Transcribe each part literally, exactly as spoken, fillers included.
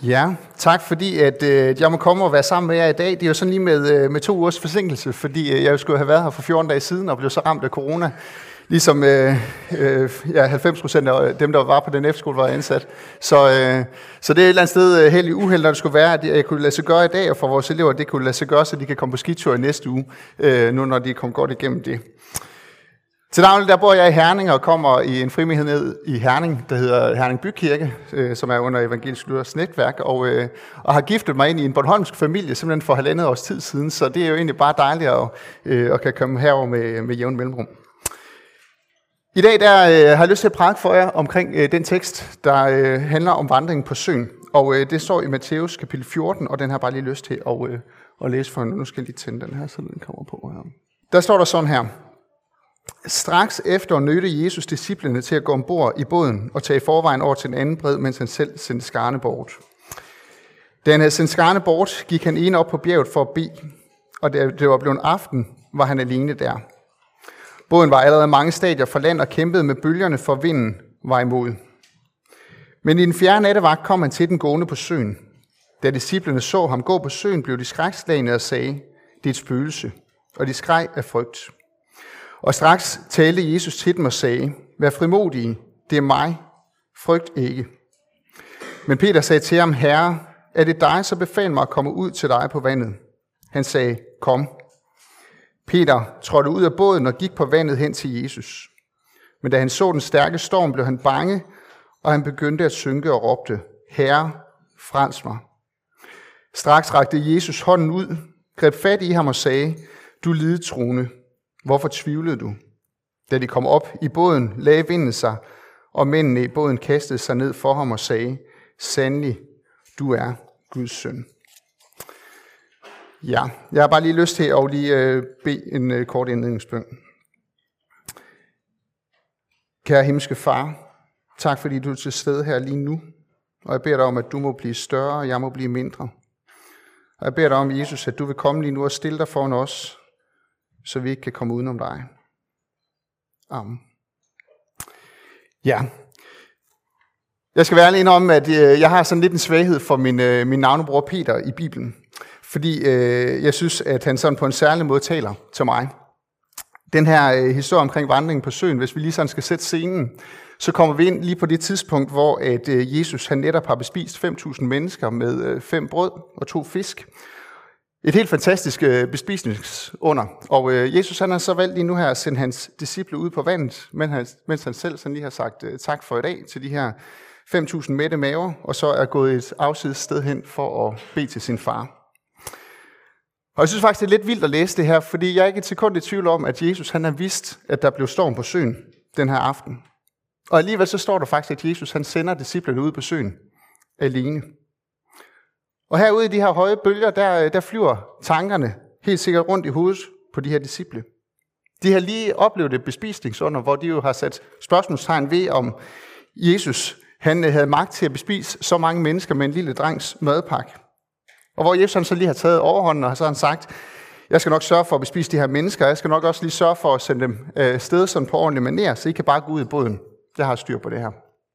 Ja, tak fordi at, øh, jeg må komme og være sammen med jer i dag. Det er jo sådan lige med, øh, med to ugers forsinkelse, fordi øh, jeg skulle have været her for fjorten dage siden og blev så ramt af corona. Ligesom øh, øh, ja, halvfems procent af dem, der var på den efterskole, var ansat. Så, øh, så det er et eller andet sted helt i uheld, når det skulle være, at jeg kunne lade sig gøre i dag, og for vores elever, det kunne lade sig gøre, så de kan komme på skitur i næste uge, øh, nu når de er kommet godt igennem det. Til daglig der bor jeg i Herning og kommer i en frimenighed ned i Herning, der hedder Herning Bykirke, øh, som er under Evangelisk Luthersk netværk, og, øh, og har giftet mig ind i en bornholmsk familie, simpelthen for halvandet års tid siden, så det er jo egentlig bare dejligt at, øh, at kan komme herover med, med jævn mellemrum. I dag der, øh, har jeg lyst til at prædike for jer omkring øh, den tekst, der øh, handler om vandringen på søen, og øh, det står i Matthæus kapitel fjorten, og den har jeg bare lige lyst til at, øh, at læse for nu. Nu skal jeg lige tænde den her, så den kommer på her. Der står der sådan her. Straks efter nødte Jesus disciplene til at gå ombord i båden og tage i forvejen over til en anden bred, mens han selv sendte skarne bort. Da han havde sendt skarne bort, gik han ene op på bjerget for at bede, og da det var blevet aften, var han alene der. Båden var allerede mange stadier fra land og kæmpede med bølgerne, for vinden var imod. Men i den fjerde nattevagt kom han til den gående på søen. Da disciplene så ham gå på søen, blev de skrækslagne og sagde, det er et spøgelse, og de skreg af frygt. Og straks talte Jesus til dem og sagde, vær frimodige, det er mig, frygt ikke. Men Peter sagde til ham, Herre, er det dig, så befal mig at komme ud til dig på vandet? Han sagde, kom. Peter trådte ud af båden og gik på vandet hen til Jesus. Men da han så den stærke storm, blev han bange, og han begyndte at synke og råbte, Herre, frels mig. Straks rakte Jesus hånden ud, greb fat i ham og sagde, du lidetroende, hvorfor tvivlede du? Da de kom op i båden, lagde vinden sig, og mændene i båden kastede sig ned for ham og sagde, sandelig, du er Guds søn. Ja, jeg har bare lige lyst til at lige øh, bede en øh, kort indledningsbøn. Kære himmelske far, tak fordi du er til stede her lige nu, og jeg beder dig om, at du må blive større, og jeg må blive mindre. Og jeg beder dig om, Jesus, at du vil komme lige nu og stille dig foran os, så vi ikke kan komme udenom dig. Amen. Ja. Jeg skal være ærlig om, at jeg har sådan lidt en svaghed for min, min navnebror Peter i Bibelen. Fordi øh, jeg synes, at han sådan på en særlig måde taler til mig. Den her øh, historie omkring vandringen på søen, hvis vi lige sådan skal sætte scenen, så kommer vi ind lige på det tidspunkt, hvor at, øh, Jesus han netop har bespist fem tusind mennesker med øh, fem brød og to fisk. Et helt fantastisk øh, bespisningsunder. Og øh, Jesus han har så valgt lige nu her at sende hans disciple ud på vandet, mens han, mens han selv sådan lige har sagt øh, tak for i dag til de her fem tusind mætte maver, og så er gået et afsides sted hen for at bede til sin far. Og jeg synes faktisk, det er lidt vildt at læse det her, fordi jeg er ikke et sekund i tvivl om, at Jesus han har vidst, at der blev storm på søen den her aften. Og alligevel så står der faktisk, at Jesus han sender disciplene ud på søen alene. Og herude i de her høje bølger, der, der flyver tankerne helt sikkert rundt i hovedet på de her disciple. De har lige oplevet et bespisningsunder, hvor de jo har sat spørgsmålstegn ved, om Jesus han havde magt til at bespise så mange mennesker med en lille drengs madpakke. Og hvor Jesus han så lige har taget overhånden, og så har han sagt, jeg skal nok sørge for at bespise de her mennesker, jeg skal nok også lige sørge for at sende dem øh, sted sådan på ordentlig manér, så I kan bare gå ud i båden. Jeg har styr på det her.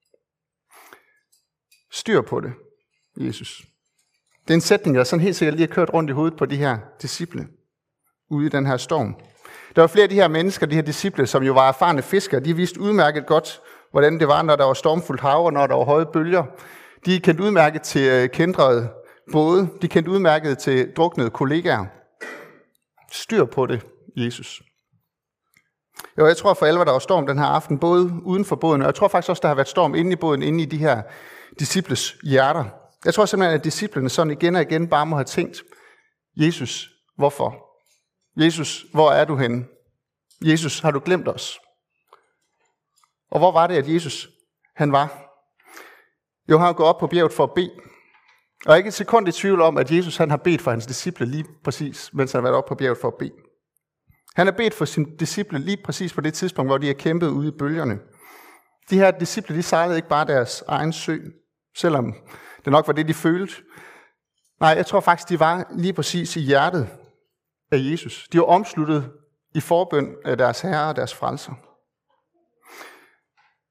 Styr på det, Jesus. Det er en sætning, der sådan helt sikkert lige har kørt rundt i hovedet på de her disciple, ude i den her storm. Der var flere af de her mennesker, de her disciple, som jo var erfarne fiskere, de vidste udmærket godt, hvordan det var, når der var stormfuldt hav, og når der var høje bølger. De kendte udmærket til kændrede både, de kendte udmærket til druknede kollegaer. Styr på det, Jesus. Jo, jeg tror for alvor, der var storm den her aften, både uden for båden, og jeg tror faktisk også, der har været storm inde i båden, inde i de her disciples hjerter. Jeg tror simpelthen, at disciplene sådan igen og igen bare må have tænkt, Jesus, hvorfor? Jesus, hvor er du henne? Jesus, har du glemt os? Og hvor var det, at Jesus han var? Jo, han går op på bjerget for at bede. Og ikke et sekund i tvivl om, at Jesus han har bedt for hans disciple lige præcis, mens han har været oppe på bjerget for at bede. Han har bedt for sine disciple lige præcis på det tidspunkt, hvor de har kæmpet ude i bølgerne. De her disciple, de sejlede ikke bare deres egen sø, selvom det nok var det, de følte. Nej, jeg tror faktisk, de var lige præcis i hjertet af Jesus. De var omsluttet i forbøn af deres herre og deres frelser.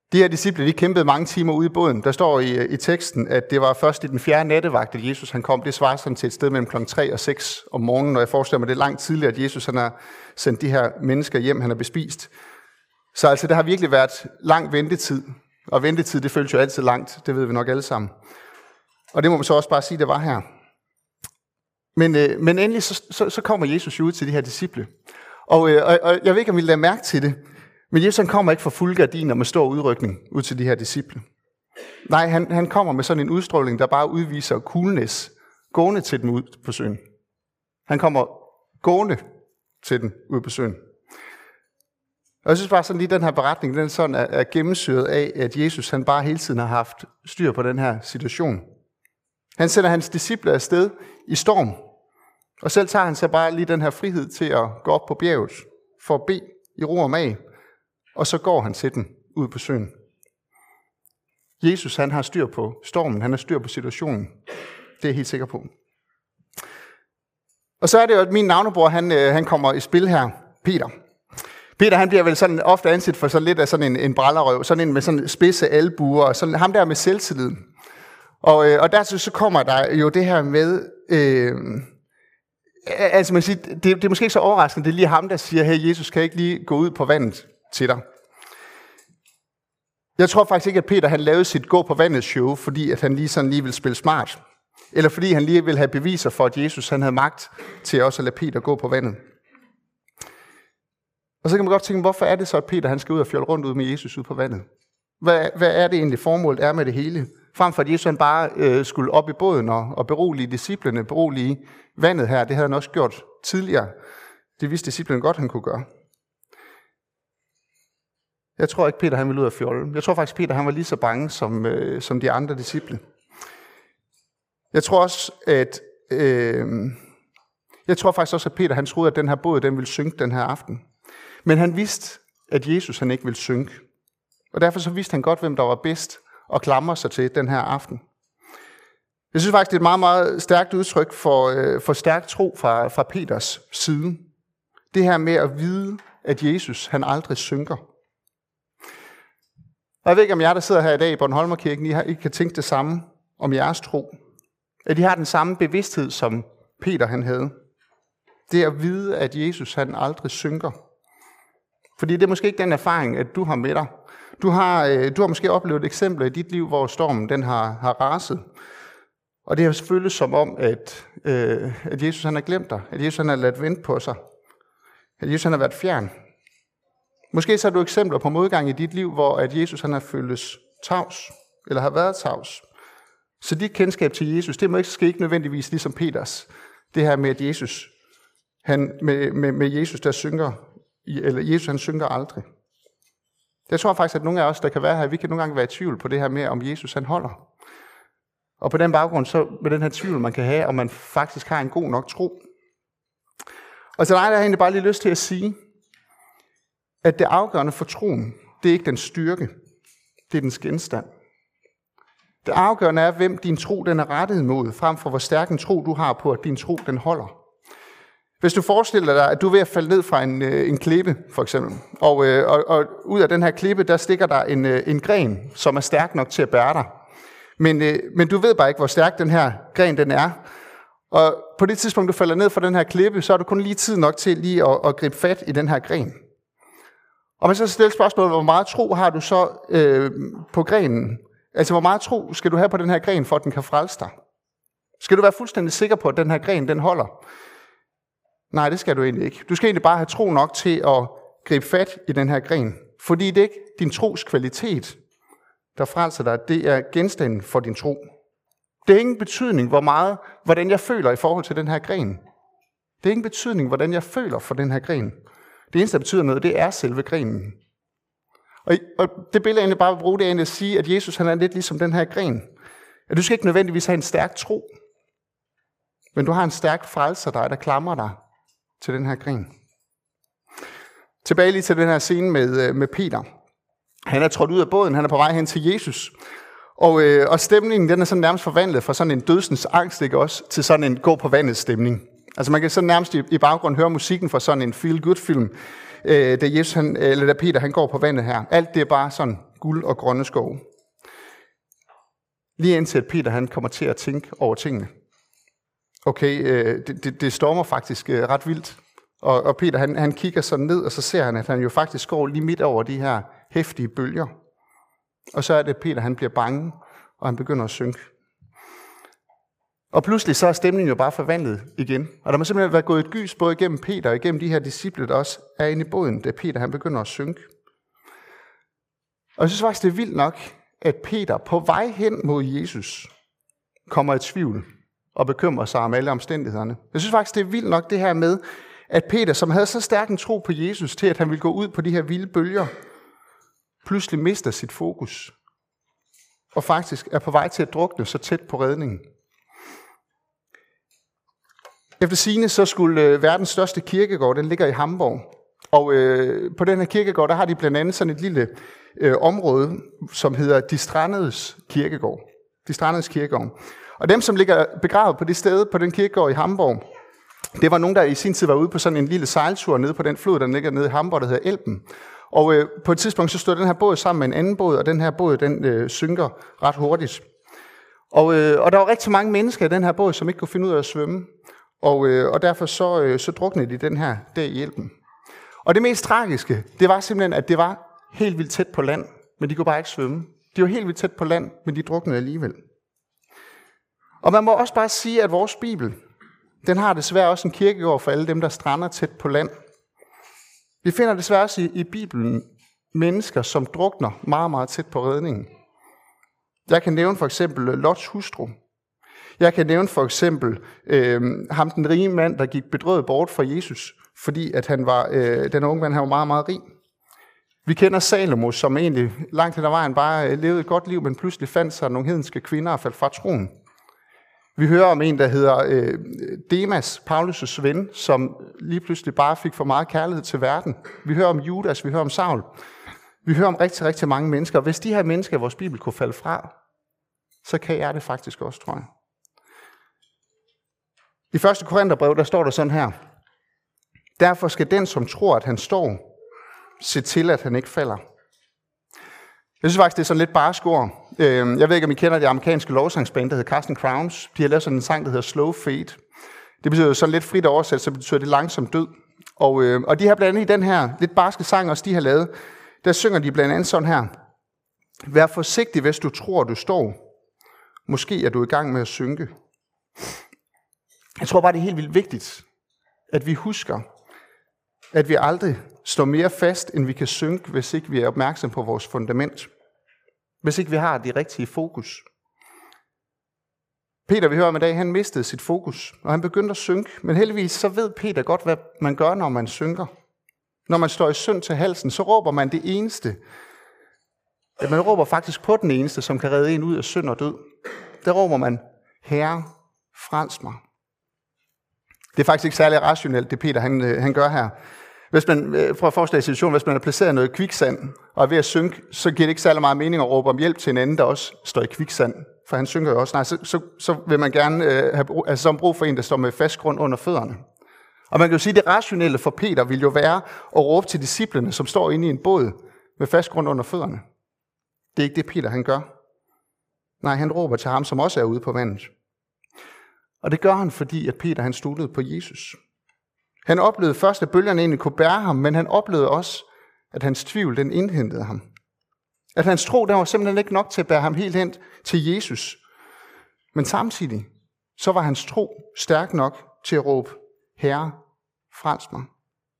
De her disciple, de kæmpede mange timer ude i båden. Der står i, i teksten, at det var først i den fjerde nattevagt, at Jesus han kom. Det svarer sådan til et sted mellem klokken tre og seks om morgenen, og jeg forestiller mig, det er langt tidligere, at Jesus han har sendt de her mennesker hjem, han har bespist. Så altså, det har virkelig været lang ventetid. Og ventetid, det føles jo altid langt. Det ved vi nok alle sammen. Og det må man så også bare sige, det var her. Men, øh, men endelig så, så, så kommer Jesus jo ud til de her disciple. Og, øh, og, og jeg ved ikke, om I lader mærke til det, men Jesus han kommer ikke for fulde gardiner med stor udrykning ud til de her disciple. Nej, han, han kommer med sådan en udstråling, der bare udviser coolness, gående til dem ud på søen. Han kommer gående til dem ud på søen. Og jeg synes bare sådan lige, den her beretning, den sådan er, er gennemsyret af, at Jesus han bare hele tiden har haft styr på den her situation. Han sender hans disciple afsted i storm, og selv tager han så bare lige den her frihed til at gå op på bjerget for at bede i ro og mag, og så går han til den ud på søen. Jesus han har styr på stormen, han har styr på situationen. Det er jeg helt sikker på. Og så er det jo, at min navnebror han, han kommer i spil her, Peter. Peter han bliver vel sådan ofte anset for sådan lidt af sådan en, en brallerøv, sådan en med sådan spidse albuer, og sådan ham der med selvtilliden. Og, øh, og der så kommer der jo det her med, øh, altså man siger, det, det er måske ikke så overraskende, det er lige ham, der siger, hey Jesus, kan jeg ikke lige gå ud på vandet til dig? Jeg tror faktisk ikke, at Peter han lavede sit gå på vandet show, fordi at han lige sådan lige ville spille smart. Eller fordi han lige ville have beviser for, at Jesus han havde magt til også at lade Peter gå på vandet. Og så kan man godt tænke, hvorfor er det så, at Peter han skal ud og fjolle rundt ud med Jesus ud på vandet? Hvad, hvad er det egentlig formålet er med det hele? Frem for at Jesus han bare øh, skulle op i båden og, og berolige disciplene, berolige vandet her, det havde han også gjort tidligere. Det vidste disciplene godt, han kunne gøre. Jeg tror ikke, Peter han ville ud af fjolle. Jeg tror faktisk, Peter han var lige så bange som, øh, som de andre disciple. Jeg tror også, at øh, jeg tror faktisk også, at Peter han troede, at den her båd den ville synke den her aften. Men han vidste, at Jesus han ikke ville synke. Og derfor så vidste han godt, hvem der var bedst at klamre sig til den her aften. Jeg synes faktisk, det er et meget, meget stærkt udtryk for, øh, for stærk tro fra, fra Peters side. Det her med at vide, at Jesus han aldrig synker. Og jeg ved ikke, om jer, der sidder her i dag i Bornholmerkirken, I, har, I kan tænke det samme om jeres tro. At de har den samme bevidsthed, som Peter han havde. Det at vide, at Jesus han aldrig synker. Fordi det er måske ikke den erfaring, at du har med dig. Du har, øh, du har måske oplevet eksempler i dit liv, hvor stormen den har, har raset. Og det har selvfølgelig som om, at, øh, at Jesus han har glemt dig. At Jesus han har ladt vente på sig. At Jesus han har været fjern. Måske så har du eksempler på modgang i dit liv, hvor at Jesus han har føltes tavs, eller har været tavs. Så dit kendskab til Jesus, det må ikke ske ikke nødvendigvis ligesom Peters. Det her med, at Jesus, han, med, med, med Jesus, der synker, eller Jesus han synker aldrig. Jeg tror faktisk, at nogle af os, der kan være her, vi kan nogle gange være i tvivl på det her med, om Jesus han holder. Og på den baggrund, så med den her tvivl, man kan have, om man faktisk har en god nok tro. Og så dig, der har jeg egentlig bare lige lyst til at sige, at det afgørende for troen, det er ikke den styrke, det er dens genstand. Det afgørende er, hvem din tro den er rettet mod, frem for hvor stærk en tro du har på, at din tro den holder. Hvis du forestiller dig, at du er ved at falde ned fra en, en klippe, for eksempel, og, og, og ud af den her klippe, der stikker der en, en gren, som er stærk nok til at bære dig. Men, men du ved bare ikke, hvor stærk den her gren den er. Og på det tidspunkt, du falder ned fra den her klippe, så er du kun lige tid nok til lige at, at gribe fat i den her gren. Og man så stiller spørgsmålet, hvor meget tro har du så øh, på grenen? Altså, hvor meget tro skal du have på den her gren, for at den kan frelse dig? Skal du være fuldstændig sikker på, at den her gren, den holder? Nej, det skal du egentlig ikke. Du skal egentlig bare have tro nok til at gribe fat i den her gren. Fordi det er ikke din tros kvalitet, der frelser dig. Det er genstanden for din tro. Det er ingen betydning, hvor meget, hvordan jeg føler i forhold til den her gren. Det er ingen betydning, hvordan jeg føler for den her gren. Det eneste, der betyder noget, det er selve grenen. Og, og det billede, jeg egentlig bare vil bruge, det er egentlig at sige, at Jesus han er lidt ligesom den her gren. At du skal ikke nødvendigvis have en stærk tro, men du har en stærk frelser dig, der klamrer dig til den her gren. Tilbage lige til den her scene med, med Peter. Han er trådt ud af båden, han er på vej hen til Jesus. Og, øh, og stemningen, den er sådan nærmest forvandlet fra sådan en dødsens angst, ikke også, til sådan en gå på vandet stemning. Altså man kan sådan nærmest i, i baggrunden høre musikken fra sådan en feel-good-film. øh, da, Jesus, han, eller da Peter han går på vandet her. Alt det er bare sådan guld og grønne skove. Lige indtil at Peter han kommer til at tænke over tingene. Okay, øh, det, det, det stormer faktisk øh, ret vildt. Og, og Peter han, han kigger sådan ned, og så ser han, at han jo faktisk går lige midt over de her heftige bølger. Og så er det, at Peter han bliver bange, og han begynder at synke. Og pludselig så er stemningen jo bare forvandlet igen. Og der må simpelthen være gået et gys både igennem Peter og igennem de her disciple, der også er inde i båden, da Peter han begynder at synke. Og jeg synes faktisk, det er vildt nok, at Peter på vej hen mod Jesus kommer i tvivl og bekymrer sig om alle omstændighederne. Jeg synes faktisk, det er vildt nok det her med, at Peter, som havde så stærk en tro på Jesus til, at han ville gå ud på de her vilde bølger, pludselig mister sit fokus og faktisk er på vej til at drukne så tæt på redningen. Efter sigende så skulle øh, verdens største kirkegård, den ligger i Hamburg. Og øh, på den her kirkegård, der har de blandt andet sådan et lille øh, område, som hedder De Strandedes Kirkegård. De Strandedes Kirkegård. Og dem, som ligger begravet på det sted, på den kirkegård i Hamburg, det var nogen, der i sin tid var ude på sådan en lille sejltur nede på den flod, der ligger nede i Hamburg, der hedder Elben. Og øh, på et tidspunkt, så stod den her båd sammen med en anden båd, og den her båd, den øh, synker ret hurtigt. Og, øh, og der var rigtig mange mennesker i den her båd, som ikke kunne finde ud af at svømme. Og, øh, og derfor så, øh, så druknede de den her dag i Elben. Og det mest tragiske, det var simpelthen, at det var helt vildt tæt på land, men de kunne bare ikke svømme. De var helt vildt tæt på land, men de druknede alligevel. Og man må også bare sige, at vores Bibel, den har desværre også en kirkegård for alle dem, der strander tæt på land. Vi finder desværre også i, i Bibelen mennesker, som drukner meget, meget tæt på redningen. Jeg kan nævne for eksempel Lots hustru. Jeg kan nævne for eksempel øh, ham, den rige mand, der gik bedrøvet bort fra Jesus, fordi at han var, øh, den unge mand, han var meget, meget rig. Vi kender Salomo, som egentlig langt hen ad vejen bare levede et godt liv, men pludselig fandt sig nogle hedenske kvinder og faldt fra troen. Vi hører om en, der hedder øh, Demas, Paulus' ven, som lige pludselig bare fik for meget kærlighed til verden. Vi hører om Judas, vi hører om Saul. Vi hører om rigtig, rigtig mange mennesker. Hvis de her mennesker i vores Bibel kunne falde fra, så kan jeg det faktisk også, tror jeg. I første Korintherbrev, der står der sådan her. Derfor skal den, som tror, at han står, se til, at han ikke falder. Jeg synes faktisk, det er sådan lidt barsk ord. Jeg ved ikke, om I kender det amerikanske lovsangsband, der hedder Casting Crowns. De har lavet sådan en sang, der hedder Slow Fade. Det betyder sådan lidt frit oversat, så betyder det langsom død. Og, øh, og de har blandt andet i den her lidt barske sang, også de har lavet, der synger de blandt andet sådan her. Vær forsigtig, hvis du tror, du står. Måske er du i gang med at synke. Jeg tror bare, det er helt vildt vigtigt, at vi husker, at vi aldrig står mere fast, end vi kan synke, hvis ikke vi er opmærksom på vores fundament. Hvis ikke vi har det rigtige fokus. Peter, vi hører om i dag, han mistede sit fokus, og han begyndte at synke. Men heldigvis så ved Peter godt, hvad man gør, når man synker. Når man står i synd til halsen, så råber man det eneste. At man råber faktisk på den eneste, som kan redde en ud af synd og død. Der råber man, Herre, frels mig. Det er faktisk ikke særlig rationelt, det Peter han, han gør her. Hvis man, for at forestille situationen, hvis man har placeret noget kviksand og er ved at synke, så giver det ikke særlig meget mening at råbe om hjælp til en anden, der også står i kviksand. For han synker jo også. Nej, så, så, så vil man gerne øh, have brug, altså, brug for en, der står med fast grund under fødderne. Og man kan jo sige, at det rationelle for Peter vil jo være at råbe til disciplene, som står inde i en båd med fast grund under fødderne. Det er ikke det, Peter han gør. Nej, han råber til ham, som også er ude på vandet. Og det gør han, fordi at Peter han stolede på Jesus. Han oplevede først, at bølgerne egentlig kunne bære ham, men han oplevede også, at hans tvivl, den indhentede ham. At hans tro, der var simpelthen ikke nok til at bære ham helt hen til Jesus. Men samtidig, så var hans tro stærk nok til at råbe, Herre, frels mig.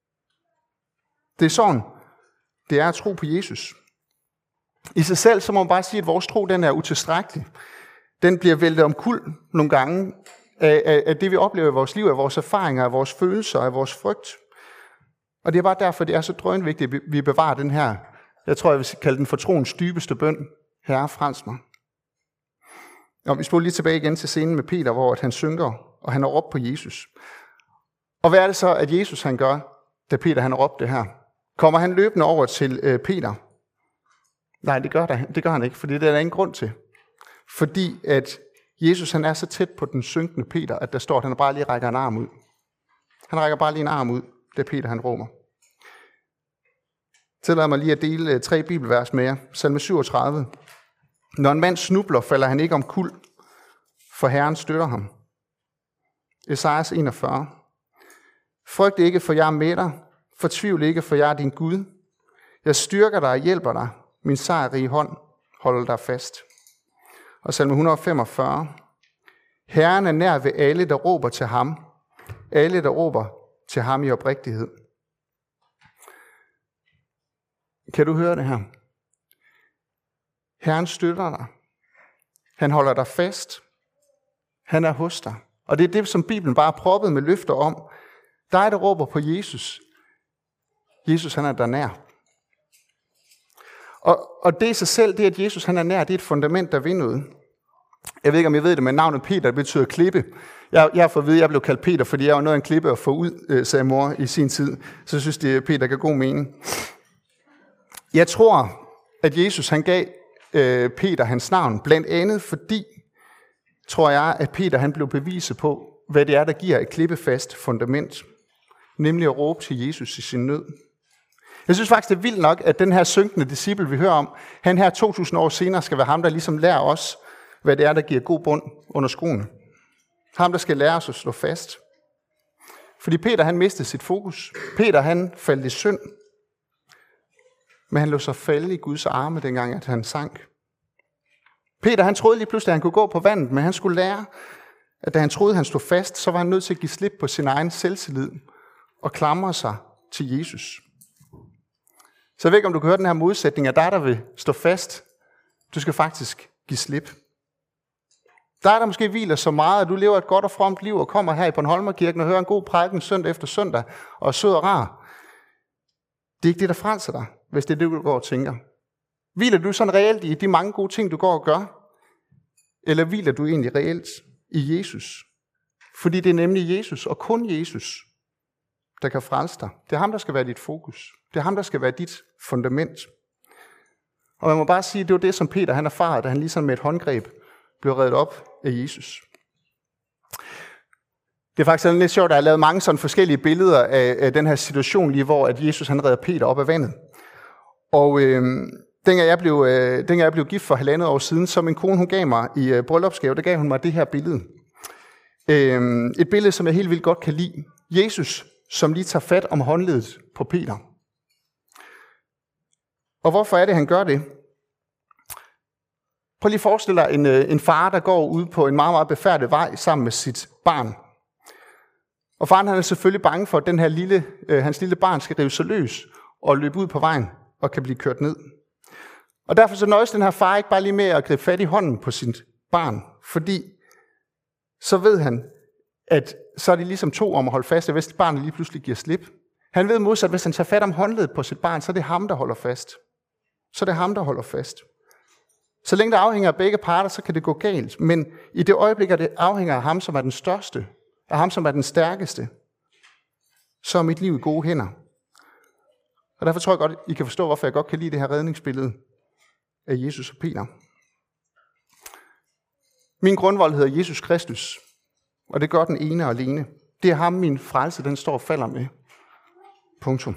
Det er sådan, det er at tro på Jesus. I sig selv, så må man bare sige, at vores tro, den er utilstrækkelig. Den bliver væltet omkuld nogle gange af, af, af det, vi oplever i vores liv, af vores erfaringer, af vores følelser, af vores frygt. Og det er bare derfor, det er så drønvigtigt, at vi bevarer den her, jeg tror, jeg vil kalde den for troens dybeste bøn, Herre, frels mig. Og vi spoler lige tilbage igen til scenen med Peter, hvor han synker, og han har råbt på Jesus. Og hvad er det så, at Jesus han gør, da Peter han har råbt det her? Kommer han løbende over til øh, Peter? Nej, det gør, der, det gør han ikke, fordi det er der ingen grund til. Fordi at Jesus han er så tæt på den synkende Peter, at der står, at han bare lige rækker en arm ud. Han rækker bare lige en arm ud, da Peter han råber. Tillad mig lige at dele tre bibelvers med jer. Salme syvogtredive. Når en mand snubler, falder han ikke omkuld, for Herren støtter ham. Esajas enogfyrre. Frygt ikke, for jeg er med dig. Fortvivl ikke, for jeg er din Gud. Jeg styrker dig og hjælper dig. Min sejrrige hånd holder dig fast. Og salme et hundrede og femogfyrre. Herren er nær ved alle, der råber til ham. Alle, der råber til ham i oprigtighed. Kan du høre det her? Herren støtter dig. Han holder dig fast. Han er hos dig. Og det er det, som Bibelen bare er proppet med løfter om. Dig, der råber på Jesus. Jesus, han er der nær. Og, og det i sig selv, det at Jesus han er nær, det er et fundament, der vil noget. Jeg ved ikke, om jeg ved det, men navnet Peter det betyder klippe. Jeg, jeg har fået at vide, at jeg blev kaldt Peter, fordi jeg var noget af en klippe at få ud, sagde mor i sin tid. Så jeg synes, det Peter gav god mening. Jeg tror, at Jesus han gav øh, Peter hans navn, blandt andet fordi, tror jeg, at Peter han blev beviset på, hvad det er, der giver et klippefast fundament. Nemlig at råbe til Jesus i sin nød. Jeg synes faktisk, det er vildt nok, at den her synkende disciple, vi hører om, han her to tusind år senere skal være ham, der ligesom lærer os, hvad det er, der giver god bund under skoene. Ham, der skal lære os at stå fast. Fordi Peter, han mistede sit fokus. Peter, han faldt i synd. Men han lå sig falde i Guds arme, dengang at han sank. Peter, han troede lige pludselig, at han kunne gå på vandet, men han skulle lære, at da han troede, at han stod fast, så var han nødt til at give slip på sin egen selvtillid og klamre sig til Jesus. Så jeg ved ikke, om du kan høre den her modsætning af dig, der vil stå fast. Du skal faktisk give slip. Dig, der måske hviler så meget, at du lever et godt og fromt liv og kommer her i Bornholmerkirken og hører en god prædiken søndag efter søndag og er sød og rar. Det er ikke det, der frelser dig, hvis det er det, du går og tænker. Hviler du sådan reelt i de mange gode ting, du går og gør? Eller hviler du egentlig reelt i Jesus? Fordi det er nemlig Jesus, og kun Jesus, der kan frelse dig. Det er ham, der skal være dit fokus. Det er ham, der skal være dit fundament. Og man må bare sige, at det var det, som Peter han erfarede, da han ligesom med et håndgreb blev reddet op af Jesus. Det er faktisk lidt sjovt, at jeg har lavet mange sådan forskellige billeder af, af den her situation, lige hvor at Jesus han redder Peter op af vandet. Og øh, dengang, jeg blev, øh, dengang jeg blev gift for halvandet år siden, så min kone hun gav mig i øh, bryllupsgave, der gav hun mig det her billede. Øh, et billede, som jeg helt vildt godt kan lide. Jesus, som lige tager fat om håndledet på Peter. Og hvorfor er det, han gør det? Prøv lige at forestille dig en, en far, der går ud på en meget, meget befærdet vej sammen med sit barn. Og faren han er selvfølgelig bange for, at den her lille, øh, hans lille barn skal rive sig løs og løbe ud på vejen og kan blive kørt ned. Og derfor så nøjes den her far ikke bare lige med at gribe fat i hånden på sit barn, fordi så ved han, at så er de ligesom to om at holde fast, hvis barnet lige pludselig giver slip. Han ved modsat, at hvis han tager fat om håndledet på sit barn, så er det ham, der holder fast. Så er det ham, der holder fast. Så længe det afhænger af begge parter, så kan det gå galt. Men i det øjeblik, at det afhænger af ham, som er den største, af ham, som er den stærkeste, så er mit liv i gode hænder. Og derfor tror jeg godt, I kan forstå, hvorfor jeg godt kan lide det her redningsbillede af Jesus og Peter. Min grundvold hedder Jesus Kristus, og det gør den ene og alene. Det er ham, min frelse, den står og falder med. Punktum.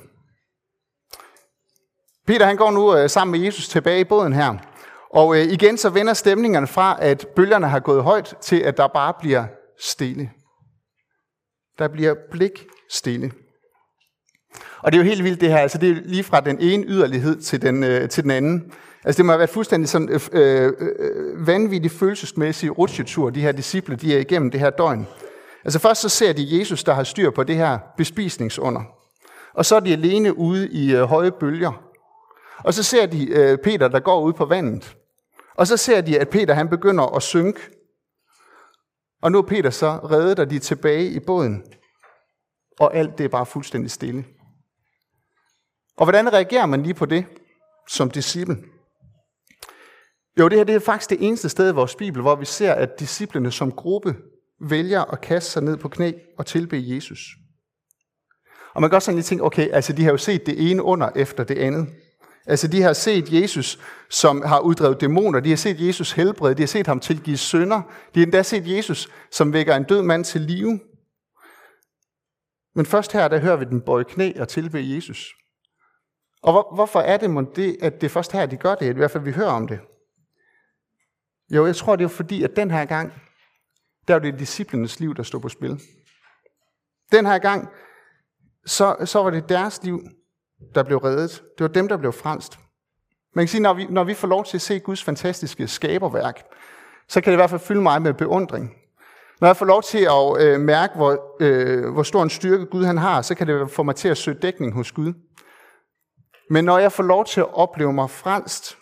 Peter han går nu øh, sammen med Jesus tilbage i båden her. Og øh, igen så vender stemningerne fra, at bølgerne har gået højt, til at der bare bliver stille. Der bliver blik stille. Og det er jo helt vildt det her. Altså det er lige fra den ene yderlighed til den, øh, til den anden. Altså det må have været fuldstændig sådan øh, øh, vanvittig følelsesmæssig rutsjetur, de her disciple, de er igennem det her døgn. Altså først så ser de Jesus, der har styr på det her bespisningsunder. Og så er de alene ude i øh, høje bølger. Og så ser de øh, Peter, der går ud på vandet. Og så ser de, at Peter han begynder at synke. Og nu er Peter så reddet, og de er tilbage i båden. Og alt det er bare fuldstændig stille. Og hvordan reagerer man lige på det som disciple? Jo, det her det er faktisk det eneste sted i vores Bibel, hvor vi ser, at disciplene som gruppe vælger at kaste sig ned på knæ og tilbede Jesus. Og man kan også sådan lige tænke, okay, altså de har jo set det ene under efter det andet. Altså de har set Jesus, som har uddrevet dæmoner. De har set Jesus helbrede. De har set ham tilgive synder. De har endda set Jesus, som vækker en død mand til live. Men først her, der hører vi den bøje knæ og tilbede Jesus. Og hvor, hvorfor er det, mon det, at det er først her, de gør det? I hvert fald, vi hører om det. Jo, jeg tror, det er fordi, at den her gang, der var det disciplenes liv, der stod på spil. Den her gang, så, så var det deres liv, der blev reddet. Det var dem, der blev frelst. Man kan sige, når vi, når vi får lov til at se Guds fantastiske skaberværk, så kan det i hvert fald fylde mig med beundring. Når jeg får lov til at øh, mærke, hvor, øh, hvor stor en styrke Gud han har, så kan det få mig til at søge dækning hos Gud. Men når jeg får lov til at opleve mig frelst,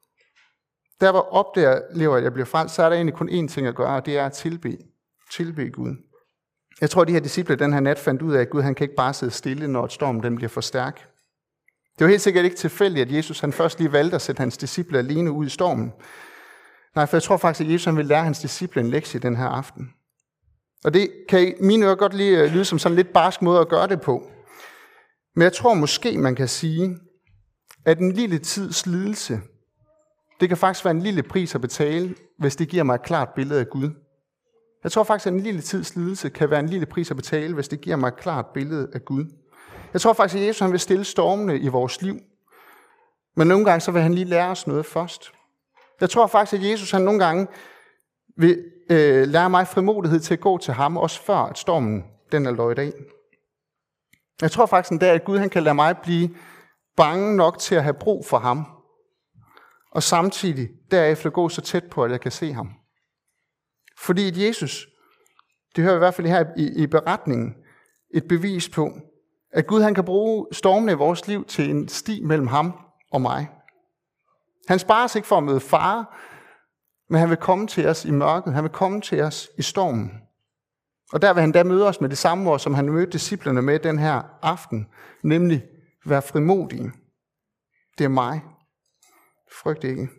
der hvor oplever at jeg bliver frelst, så er der egentlig kun én ting at gøre, og det er at tilbe. Tilbe Gud. Jeg tror, at de her disciple den her nat fandt ud af, at Gud han kan ikke bare sidde stille, når et storm den bliver for stærk. Det var helt sikkert ikke tilfældigt, at Jesus han først lige valgte at sætte hans disciple alene ud i stormen. Nej, for jeg tror faktisk, at Jesus han vil lære hans disciple en lektie den her aften. Og det kan i mine ører godt lige lyde som sådan en lidt barsk måde at gøre det på. Men jeg tror måske, man kan sige, at en lille tids lidelse, det kan faktisk være en lille pris at betale, hvis det giver mig et klart billede af Gud. Jeg tror faktisk, at en lille tids lidelse kan være en lille pris at betale, hvis det giver mig et klart billede af Gud. Jeg tror faktisk, at Jesus han vil stille stormene i vores liv. Men nogle gange så vil han lige lære os noget først. Jeg tror faktisk, at Jesus han nogle gange vil øh, lære mig frimodighed til at gå til ham, også før at stormen den er løjet af. Jeg tror faktisk endda, at Gud han kan lade mig blive bange nok til at have brug for ham. Og samtidig derefter gå så tæt på, at jeg kan se ham. Fordi et Jesus, det hører vi i hvert fald her i, i beretningen, et bevis på, at Gud han kan bruge stormene i vores liv til en sti mellem ham og mig. Han sparer sig ikke for at møde fare, men han vil komme til os i mørket. Han vil komme til os i stormen. Og der vil han da møde os med det samme ord, som han mødte disciplerne med den her aften, nemlig vær frimodige. Det er mig. Frygt ikke.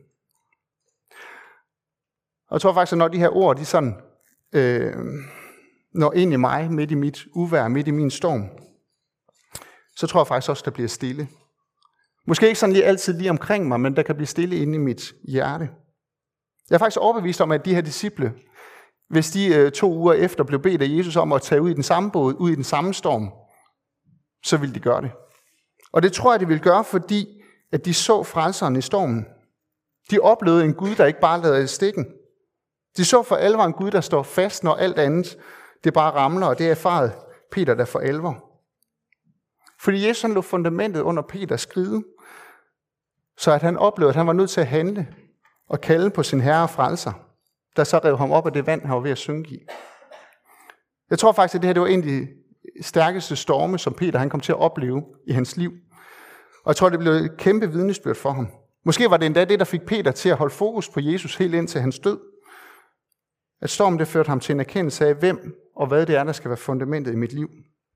Og jeg tror faktisk, at når de her ord, de sådan, øh, når ind i mig, midt i mit uvejr, midt i min storm, så tror jeg faktisk også, der bliver stille. Måske ikke sådan lige altid lige omkring mig, men der kan blive stille inde i mit hjerte. Jeg er faktisk overbevist om, at de her disciple, hvis de øh, to uger efter blev bedt af Jesus om at tage ud i den samme båd, ud i den samme storm, så ville de gøre det. Og det tror jeg, de ville gøre, fordi at de så frelseren i stormen. De oplevede en Gud, der ikke bare lader i stikken. De så for alvor en Gud, der står fast, når alt andet det bare ramler, og det er erfaret Peter, der for alvor. Fordi Jesus han lå fundamentet under Peters skride, så at han oplevede, at han var nødt til at handle og kalde på sin herre og frelser, der så rev ham op af det vand, han var ved at synke i. Jeg tror faktisk, at det her det var en af de stærkeste storme, som Peter han kom til at opleve i hans liv. Og jeg tror, det blev et kæmpe vidnesbyrd for ham. Måske var det endda det, der fik Peter til at holde fokus på Jesus helt indtil hans død. At stormen det førte ham til en erkendelse af, hvem og hvad det er, der skal være fundamentet i mit liv.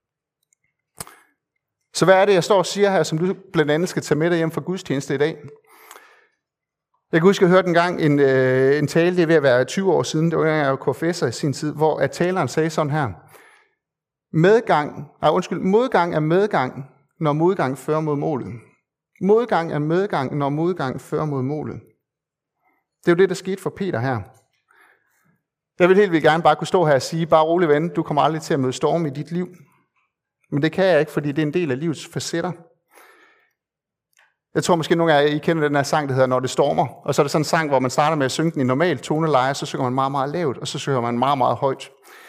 Så hvad er det, jeg står og siger her, som du blandt andet skal tage med dig hjem fra gudstjeneste i dag? Jeg kan huske, at jeg hørte en gang en, øh, en tale, det er ved at være tyve år siden, det var jeg var professor i sin tid, hvor at taleren sagde sådan her: Medgang, nej, undskyld, modgang er medgang, når modgang fører mod målet. Modgang er medgang, når modgang fører mod målet. Det er jo det, der skete for Peter her. Jeg vil helt vildt gerne bare kunne stå her og sige, bare rolig ven, du kommer aldrig til at møde storm i dit liv. Men det kan jeg ikke, fordi det er en del af livets facetter. Jeg tror måske nogle af jer, I kender den her sang, der hedder Når det stormer. Og så er det sådan en sang, hvor man starter med at synge den i normal toneleje, så synger man meget, meget lavt, og så synger man meget, meget højt.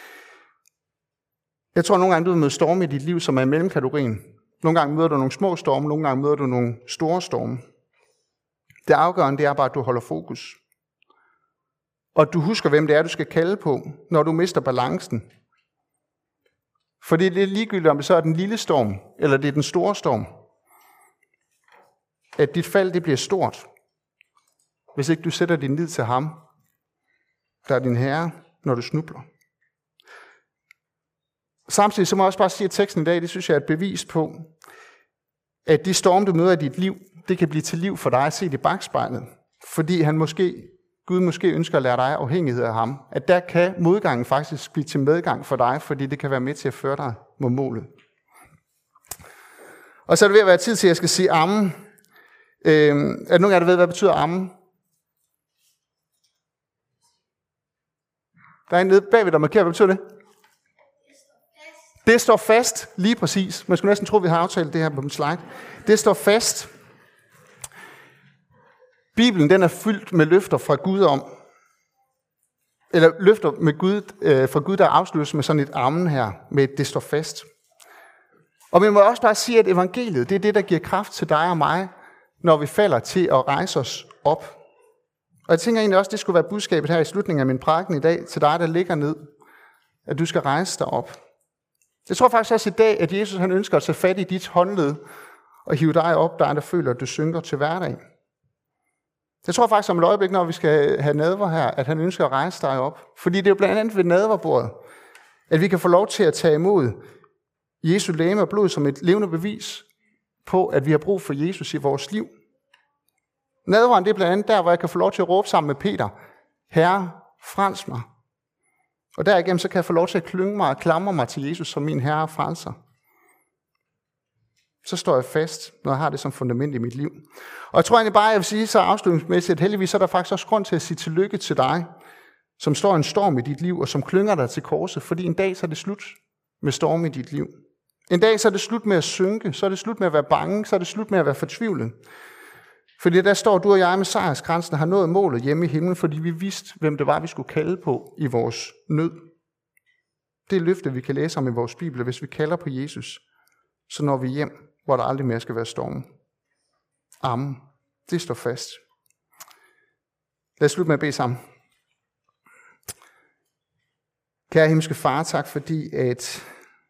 Jeg tror nogle gange, du vil møde storme i dit liv, som er i mellemkategorien. Nogle gange møder du nogle små storme, nogle gange møder du nogle store storme. Det afgørende det er bare, at du holder fokus. Og at du husker, hvem det er, du skal kalde på, når du mister balancen. For det er ligegyldigt, om det så er den lille storm, eller det er den store storm. At dit fald det bliver stort, hvis ikke du sætter din lid til ham, der er din herre, når du snubler. Samtidig så må jeg også bare sige, at teksten i dag, det synes jeg er et bevis på, at de storme, du møder i dit liv, det kan blive til liv for dig set i bagspejlet. Fordi han måske, Gud måske ønsker at lære dig afhængighed af ham. At der kan modgangen faktisk blive til medgang for dig, fordi det kan være med til at føre dig mod målet. Og så er det ved at være tid til, at jeg skal sige amen. Øhm, er der nogen af jer, der ved, hvad betyder amen? Der er en nede bagved, der markerer, hvad betyder det? Det står fast, lige præcis. Man skulle næsten tro, vi har aftalt det her på min slide. Det står fast. Bibelen, den er fyldt med løfter fra Gud om, eller løfter med Gud, øh, fra Gud, der afsluttes med sådan et amen her, med et, det står fast. Og vi må også bare sige, at evangeliet, det er det, der giver kraft til dig og mig, når vi falder til at rejse os op. Og jeg tænker egentlig også, det skulle være budskabet her i slutningen af min prædiken i dag, til dig, der ligger ned, at du skal rejse dig op. Jeg tror faktisk også i dag, at Jesus han ønsker at tage fat i dit håndled og hive dig op, der, der føler, at du synker til hverdag. Jeg tror faktisk om et øjeblik, når vi skal have nadver her, at han ønsker at rejse dig op. Fordi det er jo blandt andet ved nadverbordet, at vi kan få lov til at tage imod Jesu legeme og blod som et levende bevis på, at vi har brug for Jesus i vores liv. Nadveren, det er blandt andet der, hvor jeg kan få lov til at råbe sammen med Peter, Herre, frels mig. Og derigennem så kan jeg få lov til at klynge mig og klamre mig til Jesus som min Herre og frelser. Så står jeg fast, når jeg har det som fundament i mit liv. Og jeg tror egentlig bare, jeg vil sige så afslutningsmæssigt, at heldigvis er der faktisk også grund til at sige tillykke til dig, som står en storm i dit liv, og som klynger dig til korset, fordi en dag så er det slut med storm i dit liv. En dag så er det slut med at synke, så er det slut med at være bange, så er det slut med at være fortvivlet. Fordi der står du og jeg med sejrskransen og har nået målet hjemme i himlen, fordi vi vidste, hvem det var, vi skulle kalde på i vores nød. Det er løfte, vi kan læse om i vores Bibel, hvis vi kalder på Jesus, så når vi hjem, hvor der aldrig mere skal være storm. Amen. Det står fast. Lad os slutte med at bede sammen. Kære himmelske far, tak fordi, at,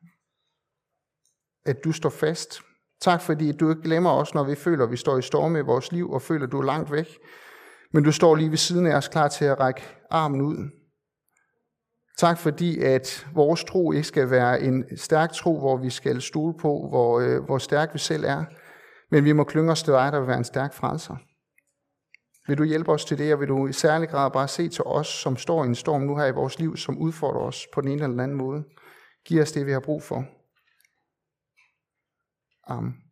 at du står fast. Tak fordi, at du ikke glemmer os, når vi føler, at vi står i storme i vores liv, og føler, at du er langt væk. Men du står lige ved siden af os, klar til at række armen ud. Tak fordi, at vores tro ikke skal være en stærk tro, hvor vi skal stole på, hvor, øh, hvor stærk vi selv er. Men vi må klynge os til dig, der vil være en stærk frelser. Vil du hjælpe os til det, og vil du i særlig grad bare se til os, som står i en storm nu her i vores liv, som udfordrer os på den ene eller den anden måde. Giv os det, vi har brug for. Amen.